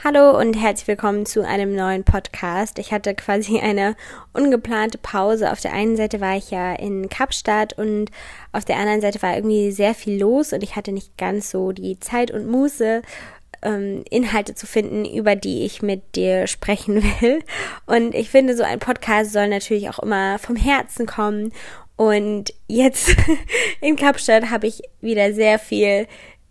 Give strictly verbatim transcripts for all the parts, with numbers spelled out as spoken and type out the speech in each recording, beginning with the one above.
Hallo und herzlich willkommen zu einem neuen Podcast. Ich hatte quasi eine ungeplante Pause. Auf der einen Seite war ich ja in Kapstadt und auf der anderen Seite war irgendwie sehr viel los und ich hatte nicht ganz so die Zeit und Muße, ähm, Inhalte zu finden, über die ich mit dir sprechen will. Und ich finde, so ein Podcast soll natürlich auch immer vom Herzen kommen. Und jetzt in Kapstadt habe ich wieder sehr viel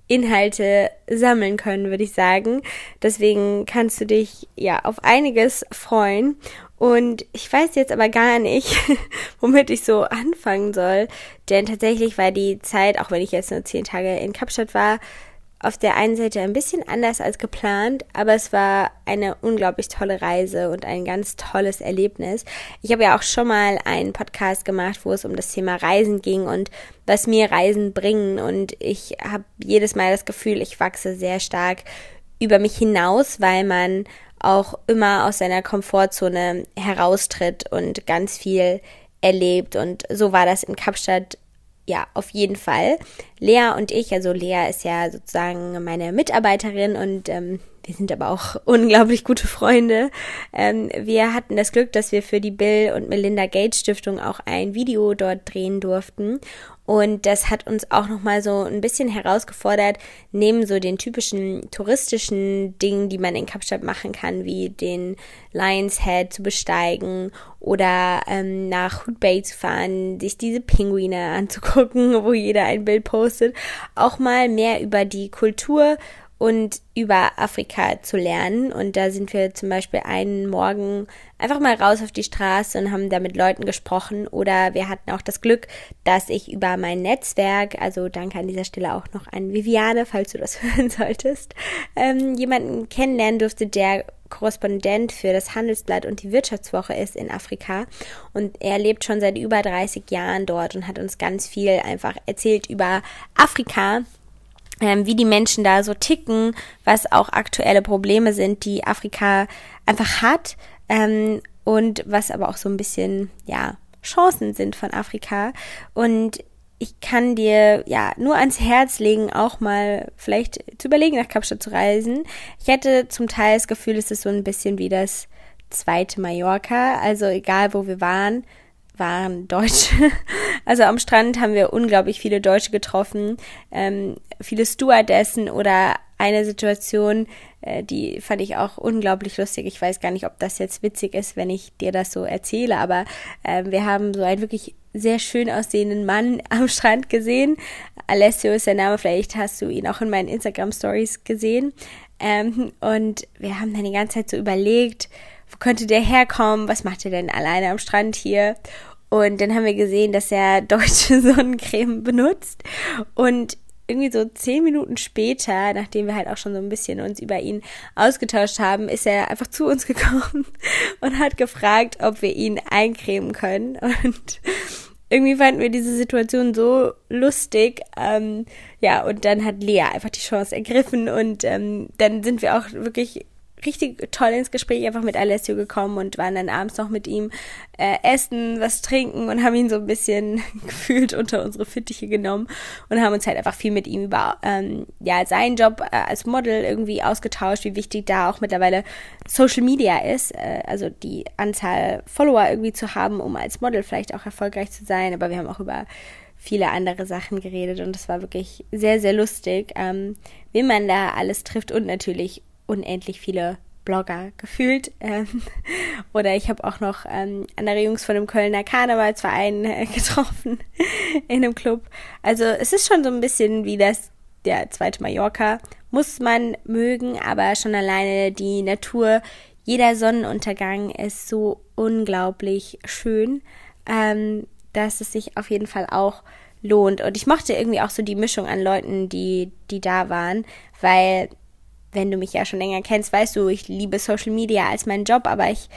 Inhalte sammeln können, würde ich sagen. Deswegen kannst du dich ja auf einiges freuen. Und ich weiß jetzt aber gar nicht, womit ich so anfangen soll. Denn tatsächlich war die Zeit, auch wenn ich jetzt nur zehn Tage in Kapstadt war, auf der einen Seite ein bisschen anders als geplant, aber es war eine unglaublich tolle Reise und ein ganz tolles Erlebnis. Ich habe ja auch schon mal einen Podcast gemacht, wo es um das Thema Reisen ging und was mir Reisen bringen, und ich habe jedes Mal das Gefühl, ich wachse sehr stark über mich hinaus, weil man auch immer aus seiner Komfortzone heraustritt und ganz viel erlebt, und so war das in Kapstadt. Ja, auf jeden Fall. Lea und ich, also Lea ist ja sozusagen meine Mitarbeiterin und ähm, wir sind aber auch unglaublich gute Freunde. Ähm, wir hatten das Glück, dass wir für die Bill und Melinda Gates Stiftung auch ein Video dort drehen durften. Und das hat uns auch nochmal so ein bisschen herausgefordert, neben so den typischen touristischen Dingen, die man in Kapstadt machen kann, wie den Lion's Head zu besteigen oder ähm, nach Hood Bay zu fahren, sich diese Pinguine anzugucken, wo jeder ein Bild postet, auch mal mehr über die Kultur und über Afrika zu lernen. Und da sind wir zum Beispiel einen Morgen einfach mal raus auf die Straße und haben da mit Leuten gesprochen. Oder wir hatten auch das Glück, dass ich über mein Netzwerk, also danke an dieser Stelle auch noch an Viviane, falls du das hören solltest, ähm, jemanden kennenlernen durfte, der Korrespondent für das Handelsblatt und die Wirtschaftswoche ist in Afrika. Und er lebt schon seit über dreißig Jahren dort und hat uns ganz viel einfach erzählt über Afrika, Ähm, wie die Menschen da so ticken, was auch aktuelle Probleme sind, die Afrika einfach hat, ähm, und was aber auch so ein bisschen, ja, Chancen sind von Afrika. Und ich kann dir, ja, nur ans Herz legen, auch mal vielleicht zu überlegen, nach Kapstadt zu reisen. Ich hatte zum Teil das Gefühl, es ist so ein bisschen wie das zweite Mallorca, also egal wo wir waren, waren Deutsche. Also am Strand haben wir unglaublich viele Deutsche getroffen, ähm, viele Stewardessen, oder eine Situation, äh, die fand ich auch unglaublich lustig. Ich weiß gar nicht, ob das jetzt witzig ist, wenn ich dir das so erzähle, aber äh, wir haben so einen wirklich sehr schön aussehenden Mann am Strand gesehen. Alessio ist der Name, vielleicht hast du ihn auch in meinen Instagram-Stories gesehen. Ähm, und wir haben dann die ganze Zeit so überlegt, wo könnte der herkommen, was macht er denn alleine am Strand hier? Und dann haben wir gesehen, dass er deutsche Sonnencreme benutzt, und irgendwie so zehn Minuten später, nachdem wir halt auch schon so ein bisschen uns über ihn ausgetauscht haben, ist er einfach zu uns gekommen und hat gefragt, ob wir ihn eincremen können. Und irgendwie fanden wir diese Situation so lustig. Ähm, ja, und dann hat Lea einfach die Chance ergriffen, und ähm, dann sind wir auch wirklich richtig toll ins Gespräch einfach mit Alessio gekommen und waren dann abends noch mit ihm äh, essen, was trinken und haben ihn so ein bisschen gefühlt unter unsere Fittiche genommen und haben uns halt einfach viel mit ihm über ähm, ja seinen Job äh, als Model irgendwie ausgetauscht, wie wichtig da auch mittlerweile Social Media ist, äh, also die Anzahl Follower irgendwie zu haben, um als Model vielleicht auch erfolgreich zu sein, aber wir haben auch über viele andere Sachen geredet und es war wirklich sehr, sehr lustig, ähm, wie man da alles trifft, und natürlich unendlich viele Blogger gefühlt. Ähm, oder ich habe auch noch ähm, andere Jungs von dem Kölner Karnevalsverein äh, getroffen in einem Club. Also es ist schon so ein bisschen wie das der zweite Mallorca. Muss man mögen, aber schon alleine die Natur, jeder Sonnenuntergang ist so unglaublich schön, ähm, dass es sich auf jeden Fall auch lohnt. Und ich mochte irgendwie auch so die Mischung an Leuten, die, die da waren, weil, wenn du mich ja schon länger kennst, weißt du, ich liebe Social Media als meinen Job, aber ich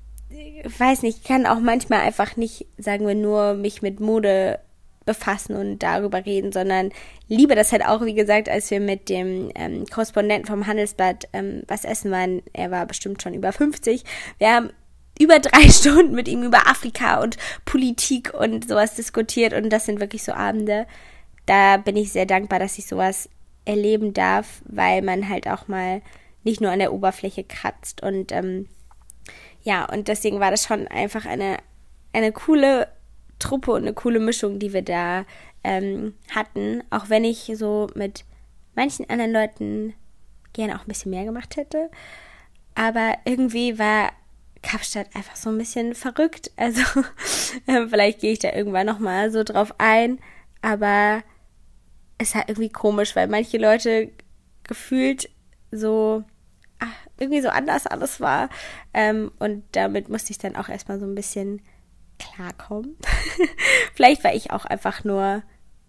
weiß nicht, ich kann auch manchmal einfach nicht, sagen wir, nur mich mit Mode befassen und darüber reden, sondern liebe das halt auch, wie gesagt, als wir mit dem ähm, Korrespondenten vom Handelsblatt ähm, was essen waren, er war bestimmt schon über fünfzig, wir haben über drei Stunden mit ihm über Afrika und Politik und sowas diskutiert, und das sind wirklich so Abende, da bin ich sehr dankbar, dass ich sowas erleben darf, weil man halt auch mal nicht nur an der Oberfläche kratzt. Und ähm, ja, und deswegen war das schon einfach eine, eine coole Truppe und eine coole Mischung, die wir da ähm, hatten. Auch wenn ich so mit manchen anderen Leuten gerne auch ein bisschen mehr gemacht hätte. Aber irgendwie war Kapstadt einfach so ein bisschen verrückt. Also äh, vielleicht gehe ich da irgendwann nochmal so drauf ein. Aber es war irgendwie komisch, weil manche Leute gefühlt so ach, irgendwie so anders alles war. Ähm, und damit musste ich dann auch erstmal so ein bisschen klarkommen. Vielleicht war ich auch einfach nur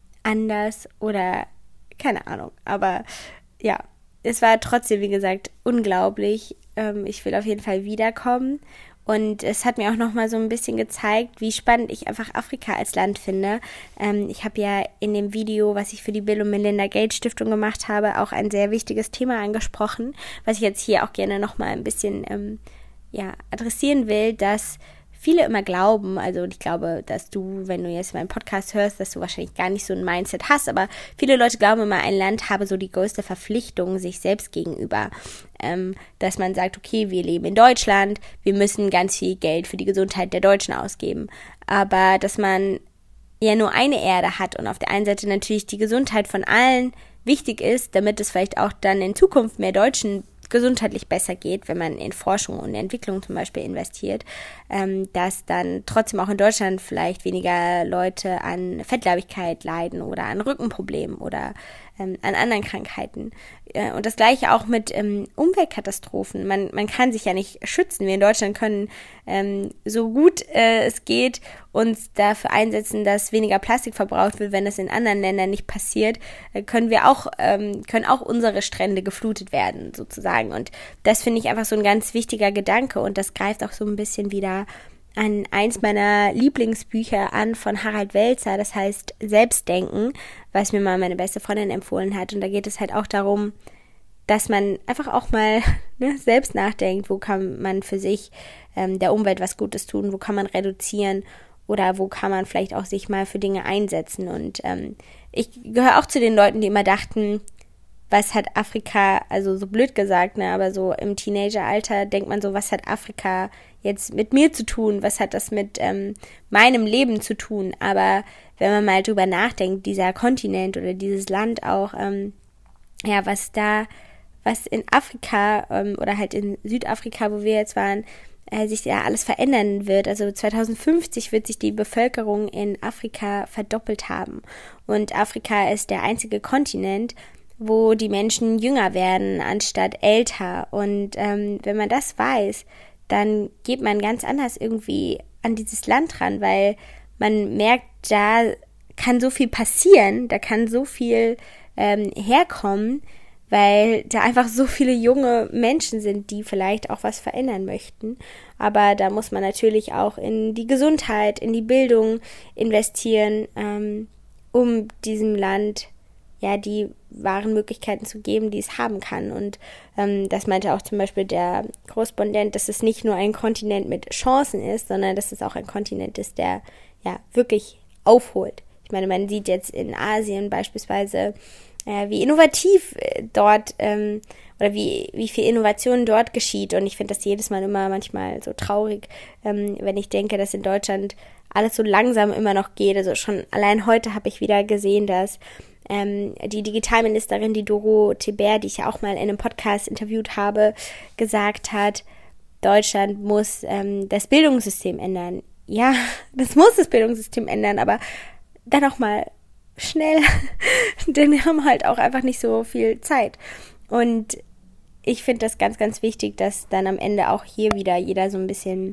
anders oder keine Ahnung. Aber ja, es war trotzdem, wie gesagt, unglaublich. Ähm, ich will auf jeden Fall wiederkommen. Und es hat mir auch nochmal so ein bisschen gezeigt, wie spannend ich einfach Afrika als Land finde. Ähm, ich habe ja in dem Video, was ich für die Bill und Melinda Gates Stiftung gemacht habe, auch ein sehr wichtiges Thema angesprochen, was ich jetzt hier auch gerne nochmal ein bisschen ähm, ja, adressieren will, dass viele immer glauben, also ich glaube, dass du, wenn du jetzt meinen Podcast hörst, dass du wahrscheinlich gar nicht so ein Mindset hast, aber viele Leute glauben immer, ein Land habe so die größte Verpflichtung sich selbst gegenüber, ähm, dass man sagt, okay, wir leben in Deutschland, wir müssen ganz viel Geld für die Gesundheit der Deutschen ausgeben, aber dass man ja nur eine Erde hat und auf der einen Seite natürlich die Gesundheit von allen wichtig ist, damit es vielleicht auch dann in Zukunft mehr Deutschen gesundheitlich besser geht, wenn man in Forschung und Entwicklung zum Beispiel investiert, ähm, dass dann trotzdem auch in Deutschland vielleicht weniger Leute an Fettleibigkeit leiden oder an Rückenproblemen oder ähm, an anderen Krankheiten. Äh, und das Gleiche auch mit ähm, Umweltkatastrophen. Man, man kann sich ja nicht schützen. Wir in Deutschland können ähm, so gut äh, es geht uns dafür einsetzen, dass weniger Plastik verbraucht wird. Wenn das in anderen Ländern nicht passiert, äh, können wir auch, ähm, können auch unsere Strände geflutet werden, sozusagen. Und das finde ich einfach so ein ganz wichtiger Gedanke und das greift auch so ein bisschen wieder an eins meiner Lieblingsbücher an von Harald Welzer, das heißt Selbstdenken, was mir mal meine beste Freundin empfohlen hat. Und da geht es halt auch darum, dass man einfach auch mal ne, selbst nachdenkt, wo kann man für sich ähm, der Umwelt was Gutes tun, wo kann man reduzieren oder wo kann man vielleicht auch sich mal für Dinge einsetzen. Und ähm, ich gehöre auch zu den Leuten, die immer dachten, was hat Afrika, also so blöd gesagt, ne, aber so im Teenageralter denkt man so, was hat Afrika jetzt mit mir zu tun, was hat das mit ähm, meinem Leben zu tun, aber wenn man mal drüber nachdenkt, dieser Kontinent oder dieses Land auch, ähm, ja, was da, was in Afrika ähm, oder halt in Südafrika, wo wir jetzt waren, äh, sich ja alles verändern wird, also zweitausendfünfzig wird sich die Bevölkerung in Afrika verdoppelt haben und Afrika ist der einzige Kontinent, wo die Menschen jünger werden, anstatt älter. Und ähm, wenn man das weiß, dann geht man ganz anders irgendwie an dieses Land ran, weil man merkt, da kann so viel passieren, da kann so viel ähm, herkommen, weil da einfach so viele junge Menschen sind, die vielleicht auch was verändern möchten. Aber da muss man natürlich auch in die Gesundheit, in die Bildung investieren, ähm, um diesem Land ja die wahren Möglichkeiten zu geben, die es haben kann. Und ähm, das meinte auch zum Beispiel der Korrespondent, dass es nicht nur ein Kontinent mit Chancen ist, sondern dass es auch ein Kontinent ist, der ja wirklich aufholt. Ich meine, man sieht jetzt in Asien beispielsweise, äh, wie innovativ äh, dort ähm, oder wie wie viel Innovation dort geschieht. Und ich finde das jedes Mal immer manchmal so traurig, ähm, wenn ich denke, dass in Deutschland alles so langsam immer noch geht. Also schon allein heute habe ich wieder gesehen, dass Ähm, die Digitalministerin, die Doro Teber, die ich ja auch mal in einem Podcast interviewt habe, gesagt hat, Deutschland muss ähm, das Bildungssystem ändern. Ja, das muss das Bildungssystem ändern, aber dann auch mal schnell, denn wir haben halt auch einfach nicht so viel Zeit. Und ich finde das ganz, ganz wichtig, dass dann am Ende auch hier wieder jeder so ein bisschen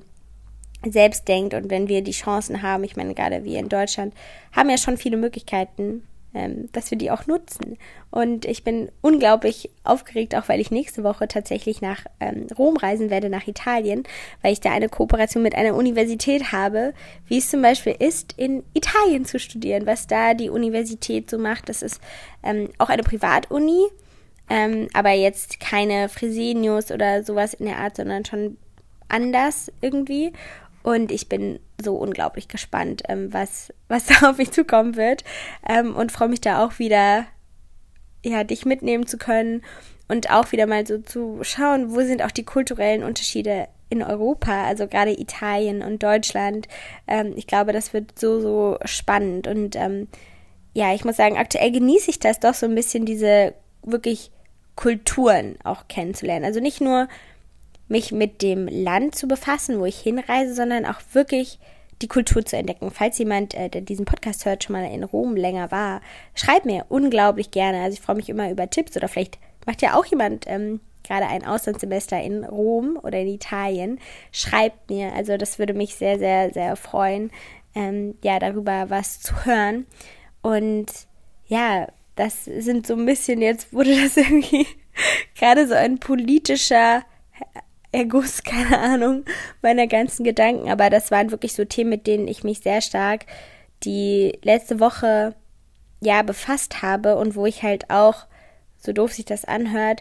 selbst denkt und wenn wir die Chancen haben, ich meine gerade wir in Deutschland haben ja schon viele Möglichkeiten, Ähm, dass wir die auch nutzen. Und ich bin unglaublich aufgeregt, auch weil ich nächste Woche tatsächlich nach ähm, Rom reisen werde, nach Italien, weil ich da eine Kooperation mit einer Universität habe, wie es zum Beispiel ist, in Italien zu studieren, was da die Universität so macht. Das ist ähm, auch eine Privatuni, ähm, aber jetzt keine Fresenius oder sowas in der Art, sondern schon anders irgendwie. Und ich bin so unglaublich gespannt, ähm, was, was da auf mich zukommen wird ähm, und freue mich da auch wieder, ja, dich mitnehmen zu können und auch wieder mal so zu schauen, wo sind auch die kulturellen Unterschiede in Europa, also gerade Italien und Deutschland. Ähm, ich glaube, das wird so, so spannend und ähm, ja, ich muss sagen, aktuell genieße ich das doch so ein bisschen, diese wirklich Kulturen auch kennenzulernen. Also nicht nur mich mit dem Land zu befassen, wo ich hinreise, sondern auch wirklich die Kultur zu entdecken. Falls jemand, äh, der diesen Podcast hört, schon mal in Rom länger war, schreibt mir unglaublich gerne. Also ich freue mich immer über Tipps oder vielleicht macht ja auch jemand ähm, gerade ein Auslandssemester in Rom oder in Italien. Schreibt mir, also das würde mich sehr, sehr, sehr freuen, ähm, ja, darüber was zu hören. Und ja, das sind so ein bisschen, jetzt wurde das irgendwie gerade so ein politischer Erguss, keine Ahnung, meiner ganzen Gedanken, aber das waren wirklich so Themen, mit denen ich mich sehr stark die letzte Woche ja befasst habe und wo ich halt auch, so doof sich das anhört,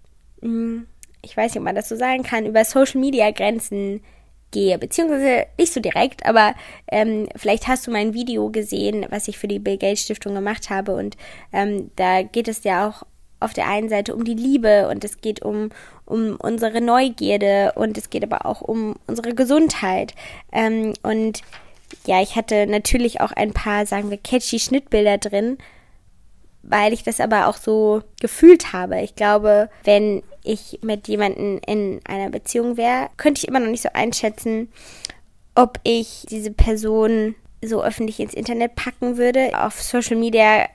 ich weiß nicht, ob man das so sagen kann, über Social Media Grenzen gehe, beziehungsweise nicht so direkt, aber ähm, vielleicht hast du mein Video gesehen, was ich für die Bill Gates Stiftung gemacht habe und ähm, da geht es ja auch auf der einen Seite um die Liebe und es geht um, um unsere Neugierde und es geht aber auch um unsere Gesundheit. Ähm, und ja, ich hatte natürlich auch ein paar, sagen wir, catchy Schnittbilder drin, weil ich das aber auch so gefühlt habe. Ich glaube, wenn ich mit jemandem in einer Beziehung wäre, könnte ich immer noch nicht so einschätzen, ob ich diese Person so öffentlich ins Internet packen würde. Auf Social Media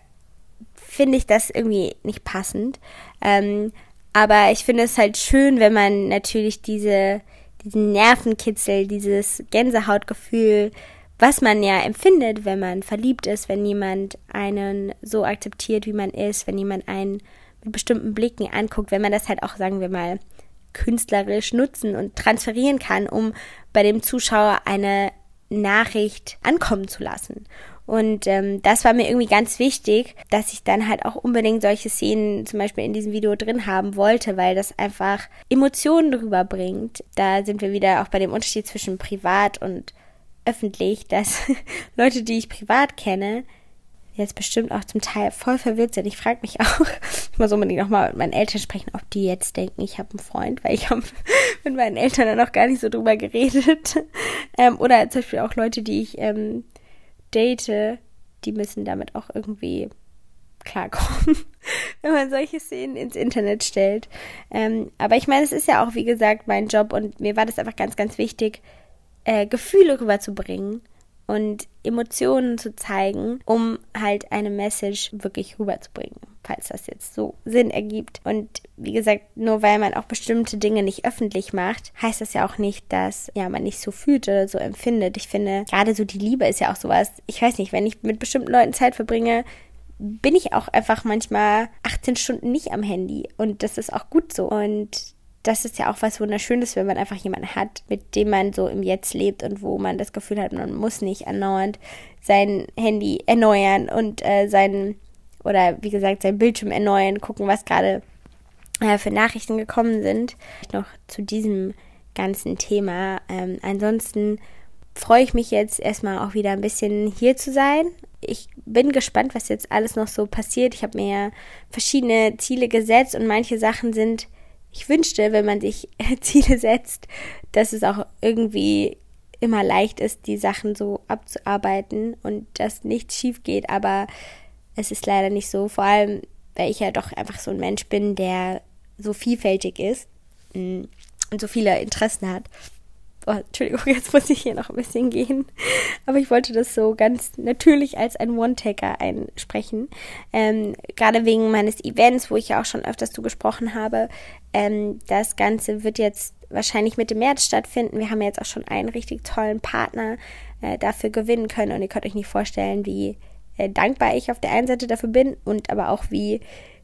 finde ich das irgendwie nicht passend. Ähm, aber ich finde es halt schön, wenn man natürlich diese, diesen Nervenkitzel, dieses Gänsehautgefühl, was man ja empfindet, wenn man verliebt ist, wenn jemand einen so akzeptiert, wie man ist, wenn jemand einen mit bestimmten Blicken anguckt, wenn man das halt auch, sagen wir mal, künstlerisch nutzen und transferieren kann, um bei dem Zuschauer eine Nachricht ankommen zu lassen. Und ähm, das war mir irgendwie ganz wichtig, dass ich dann halt auch unbedingt solche Szenen zum Beispiel in diesem Video drin haben wollte, weil das einfach Emotionen rüberbringt. Da sind wir wieder auch bei dem Unterschied zwischen privat und öffentlich, dass Leute, die ich privat kenne, jetzt bestimmt auch zum Teil voll verwirrt sind. Ich frage mich auch, ich muss unbedingt nochmal mit meinen Eltern sprechen, ob die jetzt denken, ich habe einen Freund, weil ich habe mit meinen Eltern dann noch gar nicht so drüber geredet. Ähm, oder zum Beispiel auch Leute, die ich ähm, date, die müssen damit auch irgendwie klarkommen, wenn man solche Szenen ins Internet stellt. Ähm, aber ich meine, es ist ja auch, wie gesagt, mein Job und mir war das einfach ganz, ganz wichtig, äh, Gefühle rüberzubringen und Emotionen zu zeigen, um halt eine Message wirklich rüberzubringen, falls das jetzt so Sinn ergibt. Und wie gesagt, nur weil man auch bestimmte Dinge nicht öffentlich macht, heißt das ja auch nicht, dass ja man nicht so fühlt oder so empfindet. Ich finde, gerade so die Liebe ist ja auch sowas, ich weiß nicht, wenn ich mit bestimmten Leuten Zeit verbringe, bin ich auch einfach manchmal achtzehn Stunden nicht am Handy und das ist auch gut so. Und das ist ja auch was Wunderschönes, wenn man einfach jemanden hat, mit dem man so im Jetzt lebt und wo man das Gefühl hat, man muss nicht andauernd sein Handy erneuern und äh, sein, oder wie gesagt, sein Bildschirm erneuern, gucken, was gerade äh, für Nachrichten gekommen sind. Noch zu diesem ganzen Thema. Ähm, ansonsten freue ich mich jetzt erstmal auch wieder ein bisschen hier zu sein. Ich bin gespannt, was jetzt alles noch so passiert. Ich habe mir ja verschiedene Ziele gesetzt und manche Sachen sind, ich wünschte, wenn man sich Ziele setzt, dass es auch irgendwie immer leicht ist, die Sachen so abzuarbeiten und dass nichts schief geht, aber es ist leider nicht so, vor allem, weil ich ja doch einfach so ein Mensch bin, der so vielfältig ist und so viele Interessen hat. Oh, Entschuldigung, jetzt muss ich hier noch ein bisschen gehen. Aber ich wollte das so ganz natürlich als ein One-Taker einsprechen. Ähm, gerade wegen meines Events, wo ich ja auch schon öfters zu gesprochen habe. Ähm, das Ganze wird jetzt wahrscheinlich Mitte März stattfinden. Wir haben jetzt auch schon einen richtig tollen Partner äh, dafür gewinnen können. Und ihr könnt euch nicht vorstellen, wie äh, dankbar ich auf der einen Seite dafür bin und aber auch wie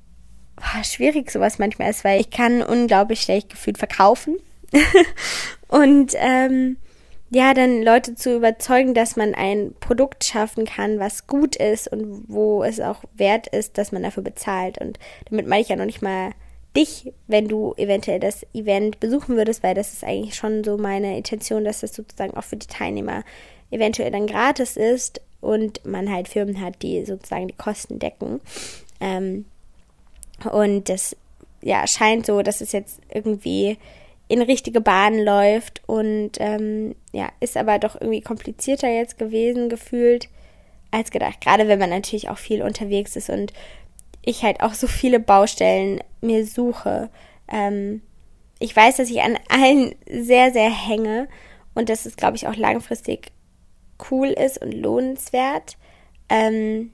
oh, schwierig sowas manchmal ist, weil ich kann unglaublich schlecht gefühlt verkaufen. Und ähm, ja, dann Leute zu überzeugen, dass man ein Produkt schaffen kann, was gut ist und wo es auch wert ist, dass man dafür bezahlt. Und damit meine ich ja noch nicht mal dich, wenn du eventuell das Event besuchen würdest, weil das ist eigentlich schon so meine Intention, dass das sozusagen auch für die Teilnehmer eventuell dann gratis ist und man halt Firmen hat, die sozusagen die Kosten decken. Ähm, und das ja, scheint so, dass es jetzt irgendwie in richtige Bahnen läuft und ähm, ja, ist aber doch irgendwie komplizierter jetzt gewesen, gefühlt, als gedacht. Gerade wenn man natürlich auch viel unterwegs ist und ich halt auch so viele Baustellen mir suche. Ähm, ich weiß, dass ich an allen sehr, sehr hänge und dass es, glaube ich, auch langfristig cool ist und lohnenswert. Ähm,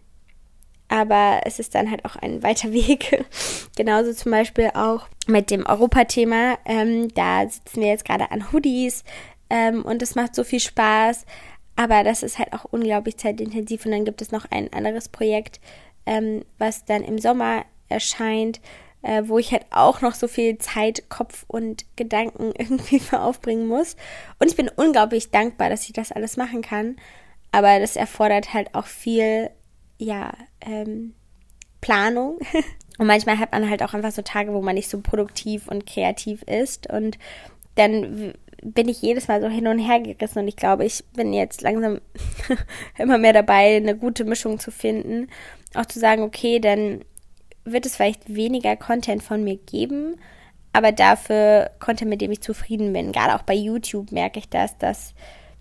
aber es ist dann halt auch ein weiter Weg. Genauso zum Beispiel auch mit dem Europathema. Ähm, da sitzen wir jetzt gerade an Hoodies ähm, und es macht so viel Spaß. Aber das ist halt auch unglaublich zeitintensiv. Und dann gibt es noch ein anderes Projekt, ähm, was dann im Sommer erscheint, äh, wo ich halt auch noch so viel Zeit, Kopf und Gedanken irgendwie für aufbringen muss. Und ich bin unglaublich dankbar, dass ich das alles machen kann. Aber das erfordert halt auch viel, ja, ähm, Planung. Und manchmal hat man halt auch einfach so Tage, wo man nicht so produktiv und kreativ ist. Und dann bin ich jedes Mal so hin und her gerissen. Und ich glaube, ich bin jetzt langsam immer mehr dabei, eine gute Mischung zu finden. Auch zu sagen, okay, dann wird es vielleicht weniger Content von mir geben, aber dafür Content, mit dem ich zufrieden bin. Gerade auch bei YouTube merke ich das, dass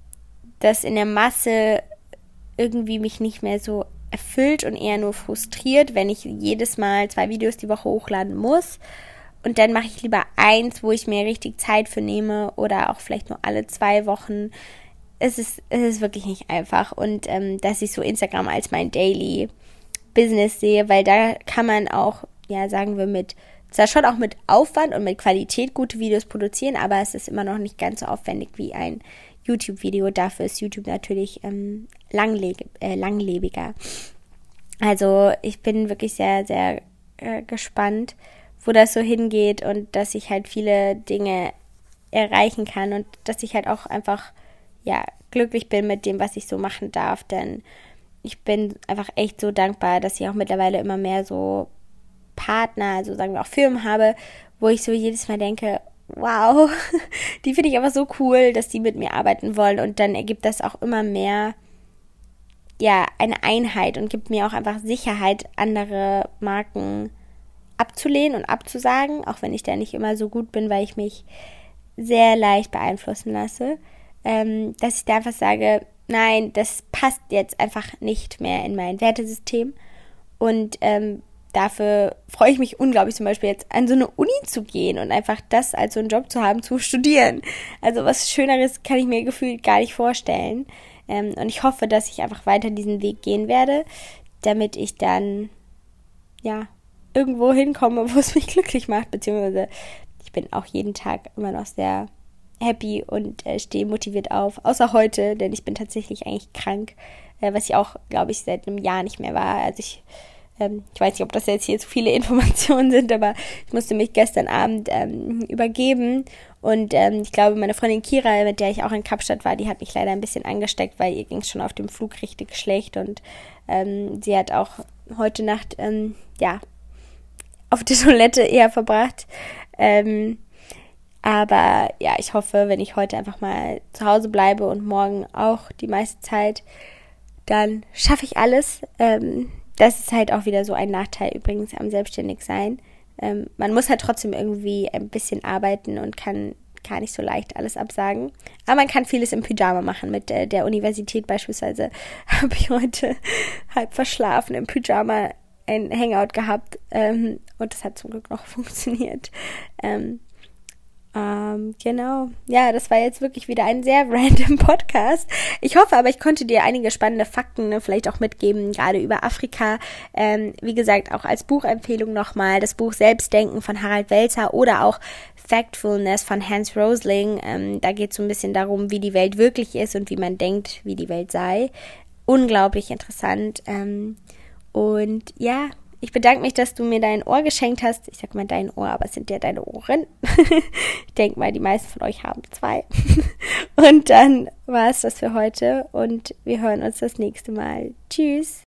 das in der Masse irgendwie mich nicht mehr so erfüllt und eher nur frustriert, wenn ich jedes Mal zwei Videos die Woche hochladen muss. Und dann mache ich lieber eins, wo ich mir richtig Zeit für nehme oder auch vielleicht nur alle zwei Wochen. Es ist, es ist wirklich nicht einfach. Und ähm, dass ich so Instagram als mein Daily Business sehe, weil da kann man auch, ja, sagen wir mit, zwar schon auch mit Aufwand und mit Qualität gute Videos produzieren, aber es ist immer noch nicht ganz so aufwendig wie ein YouTube-Video. Dafür ist YouTube natürlich ähm, langleb- äh, langlebiger. Also ich bin wirklich sehr, sehr äh, gespannt, wo das so hingeht und dass ich halt viele Dinge erreichen kann und dass ich halt auch einfach, ja, glücklich bin mit dem, was ich so machen darf, denn ich bin einfach echt so dankbar, dass ich auch mittlerweile immer mehr so Partner, also sagen wir auch Firmen habe, wo ich so jedes Mal denke, wow, die finde ich aber so cool, dass die mit mir arbeiten wollen und dann ergibt das auch immer mehr, ja, eine Einheit und gibt mir auch einfach Sicherheit, andere Marken abzulehnen und abzusagen, auch wenn ich da nicht immer so gut bin, weil ich mich sehr leicht beeinflussen lasse, ähm, dass ich da einfach sage, nein, das passt jetzt einfach nicht mehr in mein Wertesystem und ähm, dafür freue ich mich unglaublich, zum Beispiel jetzt an so eine Uni zu gehen und einfach das als so einen Job zu haben, zu studieren. Also was Schöneres kann ich mir gefühlt gar nicht vorstellen. Ähm, und ich hoffe, dass ich einfach weiter diesen Weg gehen werde, damit ich dann, ja, irgendwo hinkomme, wo es mich glücklich macht, beziehungsweise ich bin auch jeden Tag immer noch sehr happy und äh, stehe motiviert auf, außer heute, denn ich bin tatsächlich eigentlich krank, äh, was ich auch, glaube ich, seit einem Jahr nicht mehr war. Also ich, ähm, ich weiß nicht, ob das jetzt hier zu viele Informationen sind, aber ich musste mich gestern Abend ähm, übergeben und ähm, ich glaube, meine Freundin Kira, mit der ich auch in Kapstadt war, die hat mich leider ein bisschen angesteckt, weil ihr ging es schon auf dem Flug richtig schlecht und ähm, sie hat auch heute Nacht, ähm, ja, auf der Toilette eher verbracht. Ähm, aber ja, ich hoffe, wenn ich heute einfach mal zu Hause bleibe und morgen auch die meiste Zeit, dann schaffe ich alles. Ähm, das ist halt auch wieder so ein Nachteil übrigens am Selbstständigsein. Ähm, man muss halt trotzdem irgendwie ein bisschen arbeiten und kann gar nicht so leicht alles absagen. Aber man kann vieles im Pyjama machen. Mit äh, der Universität beispielsweise habe ich heute halb verschlafen im Pyjama ein Hangout gehabt ähm, und das hat zum Glück noch funktioniert. Ähm, ähm, genau. Ja, das war jetzt wirklich wieder ein sehr random Podcast. Ich hoffe aber, ich konnte dir einige spannende Fakten ne, vielleicht auch mitgeben, gerade über Afrika. Ähm, wie gesagt, auch als Buchempfehlung nochmal das Buch Selbstdenken von Harald Welzer oder auch Factfulness von Hans Rosling. Ähm, da geht es so ein bisschen darum, wie die Welt wirklich ist und wie man denkt, wie die Welt sei. Unglaublich interessant. Ähm, Und ja, ich bedanke mich, dass du mir dein Ohr geschenkt hast. Ich sag mal dein Ohr, aber es sind ja deine Ohren. Ich denke mal, die meisten von euch haben zwei. Und dann war es das für heute und wir hören uns das nächste Mal. Tschüss.